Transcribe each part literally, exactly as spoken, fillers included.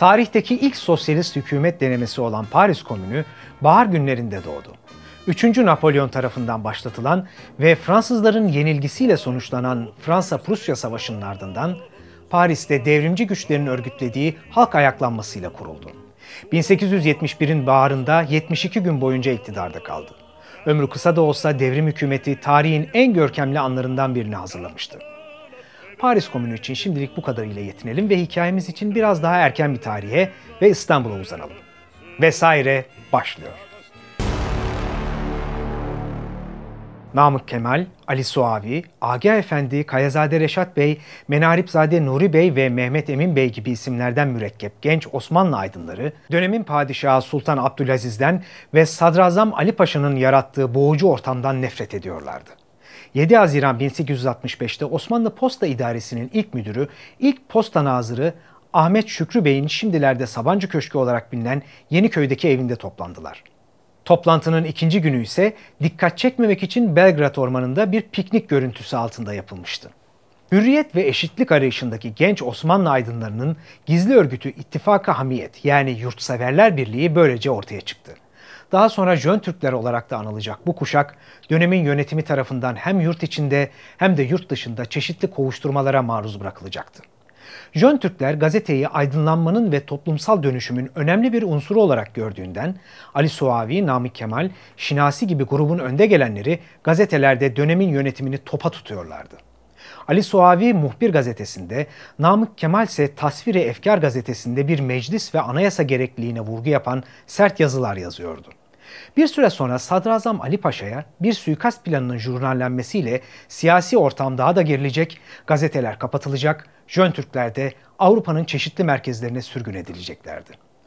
Tarihteki ilk sosyalist hükümet denemesi olan Paris Komünü bahar günlerinde doğdu. Üçüncü Napolyon tarafından başlatılan ve Fransızların yenilgisiyle sonuçlanan Fransa-Prusya Savaşı'nın ardından Paris'te devrimci güçlerin örgütlediği halk ayaklanmasıyla kuruldu. bin sekiz yüz yetmiş birin baharında yetmiş iki gün boyunca iktidarda kaldı. Ömrü kısa da olsa devrim hükümeti tarihin en görkemli anlarından birini hazırlamıştı. Paris Komünü için şimdilik bu kadarıyla yetinelim ve hikayemiz için biraz daha erken bir tarihe ve İstanbul'a uzanalım. Vesaire başlıyor. Namık Kemal, Ali Suavi, Agah Efendi, Kayazade Reşat Bey, Menaripzade Nuri Bey ve Mehmet Emin Bey gibi isimlerden mürekkep genç Osmanlı aydınları, dönemin padişahı Sultan Abdülaziz'den ve Sadrazam Ali Paşa'nın yarattığı boğucu ortamdan nefret ediyorlardı. yedi Haziran bin sekiz yüz altmış beşte Osmanlı Posta İdaresi'nin ilk müdürü, ilk posta nazırı Ahmet Şükrü Bey'in şimdilerde Sabancı Köşkü olarak bilinen Yeniköy'deki evinde toplandılar. Toplantının ikinci günü ise dikkat çekmemek için Belgrad Ormanı'nda bir piknik görüntüsü altında yapılmıştı. Hürriyet ve eşitlik arayışındaki genç Osmanlı aydınlarının gizli örgütü İttifak-ı Hamiyet yani Yurtseverler Birliği böylece ortaya çıktı. Daha sonra Jön Türkler olarak da anılacak bu kuşak, dönemin yönetimi tarafından hem yurt içinde hem de yurt dışında çeşitli kovuşturmalara maruz bırakılacaktı. Jön Türkler gazeteyi aydınlanmanın ve toplumsal dönüşümün önemli bir unsuru olarak gördüğünden Ali Suavi, Namık Kemal, Şinasi gibi grubun önde gelenleri gazetelerde dönemin yönetimini topa tutuyorlardı. Ali Suavi Muhbir gazetesinde, Namık Kemal ise Tasvir-i Efkar gazetesinde bir meclis ve anayasa gerekliliğine vurgu yapan sert yazılar yazıyordu. Bir süre sonra Sadrazam Ali Paşa'ya bir suikast planının jurnallenmesiyle siyasi ortam daha da gerilecek, gazeteler kapatılacak, Jön Türkler de Avrupa'nın çeşitli merkezlerine sürgün edileceklerdi.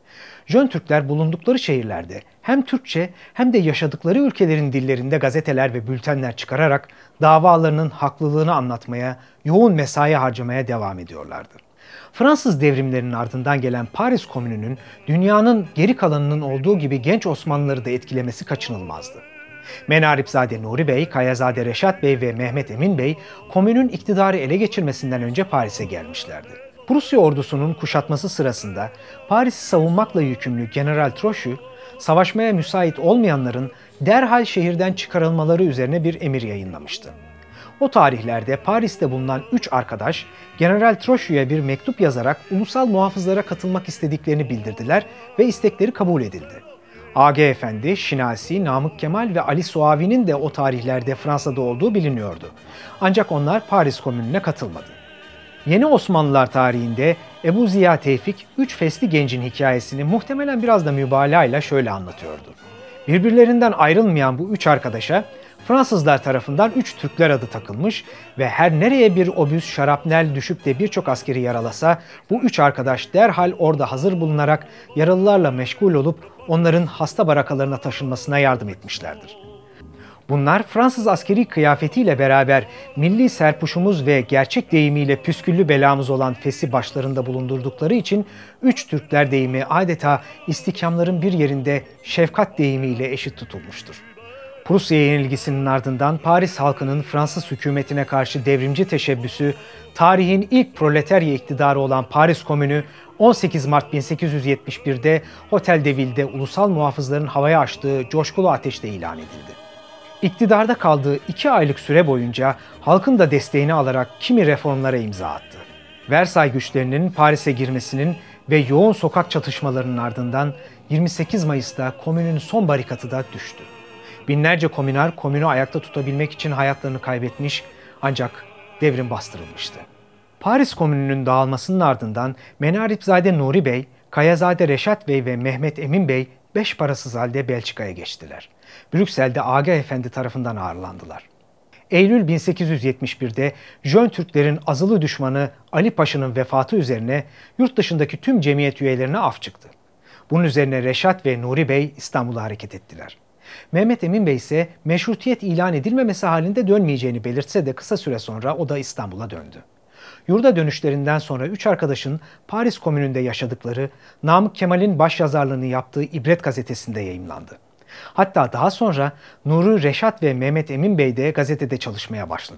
Jön Türkler bulundukları şehirlerde hem Türkçe hem de yaşadıkları ülkelerin dillerinde gazeteler ve bültenler çıkararak davalarının haklılığını anlatmaya, yoğun mesai harcamaya devam ediyorlardı. Fransız devrimlerinin ardından gelen Paris Komünü'nün dünyanın geri kalanının olduğu gibi genç Osmanlıları da etkilemesi kaçınılmazdı. Menaripzade Nuri Bey, Kayazade Reşat Bey ve Mehmet Emin Bey, komünün iktidarı ele geçirmesinden önce Paris'e gelmişlerdi. Prusya ordusunun kuşatması sırasında Paris'i savunmakla yükümlü General Trochu, savaşmaya müsait olmayanların derhal şehirden çıkarılmaları üzerine bir emir yayınlamıştı. O tarihlerde Paris'te bulunan üç arkadaş, General Trochu'ya bir mektup yazarak ulusal muhafızlara katılmak istediklerini bildirdiler ve istekleri kabul edildi. Agah Efendi, Şinasi, Namık Kemal ve Ali Suavi'nin de o tarihlerde Fransa'da olduğu biliniyordu. Ancak onlar Paris Komünü'ne katılmadı. Yeni Osmanlılar tarihinde Ebu Ziya Tevfik, üç fesli gencin hikayesini muhtemelen biraz da mübalağayla şöyle anlatıyordu. Birbirlerinden ayrılmayan bu üç arkadaşa Fransızlar tarafından üç Türkler adı takılmış ve her nereye bir obüs şarapnel düşüp de birçok askeri yaralasa bu üç arkadaş derhal orada hazır bulunarak yaralılarla meşgul olup onların hasta barakalarına taşınmasına yardım etmişlerdir. Bunlar Fransız askeri kıyafetiyle beraber milli serpuşumuz ve gerçek deyimiyle püsküllü belamız olan fesi başlarında bulundurdukları için üç Türkler deyimi adeta istikamların bir yerinde şefkat deyimiyle eşit tutulmuştur. Prusya yenilgisinin ardından Paris halkının Fransız hükümetine karşı devrimci teşebbüsü, tarihin ilk proletarya iktidarı olan Paris Komünü on sekiz Mart bin sekiz yüz yetmiş birde Hotel de Ville'de ulusal muhafızların havaya açtığı coşkulu ateşle ilan edildi. İktidarda kaldığı iki aylık süre boyunca halkın da desteğini alarak kimi reformlara imza attı. Versay güçlerinin Paris'e girmesinin ve yoğun sokak çatışmalarının ardından yirmi sekiz Mayıs'ta komünün son barikatı da düştü. Binlerce komüner komünü ayakta tutabilmek için hayatlarını kaybetmiş ancak devrim bastırılmıştı. Paris Komünü'nün dağılmasının ardından Menaripzade Nuri Bey, Kayazade Reşat Bey ve Mehmet Emin Bey beş parasız halde Belçika'ya geçtiler. Brüksel'de Agah Efendi tarafından ağırlandılar. Eylül bin sekiz yüz yetmiş birde Jön Türklerin azılı düşmanı Ali Paşa'nın vefatı üzerine yurt dışındaki tüm cemiyet üyelerine af çıktı. Bunun üzerine Reşat ve Nuri Bey İstanbul'a hareket ettiler. Mehmet Emin Bey ise meşrutiyet ilan edilmemesi halinde dönmeyeceğini belirtse de kısa süre sonra o da İstanbul'a döndü. Yurda dönüşlerinden sonra üç arkadaşın Paris Komünü'nde yaşadıkları Namık Kemal'in başyazarlığını yaptığı İbret gazetesinde yayımlandı. Hatta daha sonra Nuri Reşat ve Mehmet Emin Bey de gazetede çalışmaya başladı.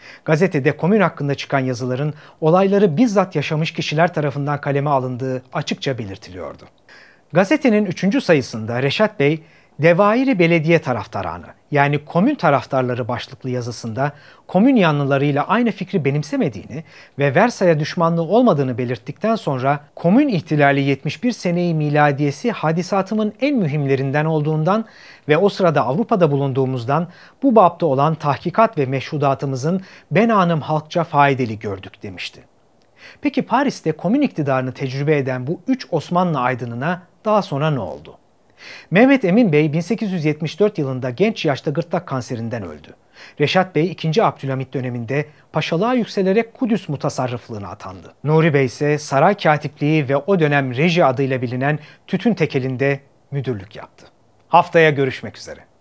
Gazetede komün hakkında çıkan yazıların olayları bizzat yaşamış kişiler tarafından kaleme alındığı açıkça belirtiliyordu. Gazetenin üçüncü sayısında Reşat Bey, Devairi Belediye Taraftaranı yani komün taraftarları başlıklı yazısında komün yanlılarıyla aynı fikri benimsemediğini ve Versay'a düşmanlığı olmadığını belirttikten sonra komün ihtilali yetmiş bir seneyi miladiyesi hadisatımın en mühimlerinden olduğundan ve o sırada Avrupa'da bulunduğumuzdan bu bapta olan tahkikat ve meşhudatımızın benanım halkça faydalı gördük demişti. Peki Paris'te komün iktidarını tecrübe eden bu üç Osmanlı aydınına daha sonra ne oldu? Mehmet Emin Bey bin sekiz yüz yetmiş dört yılında genç yaşta gırtlak kanserinden öldü. Reşat Bey ikinci. Abdülhamit döneminde paşalığa yükselerek Kudüs mutasarrıflığına atandı. Nuri Bey ise saray katipliği ve o dönem reji adıyla bilinen tütün tekelinde müdürlük yaptı. Haftaya görüşmek üzere.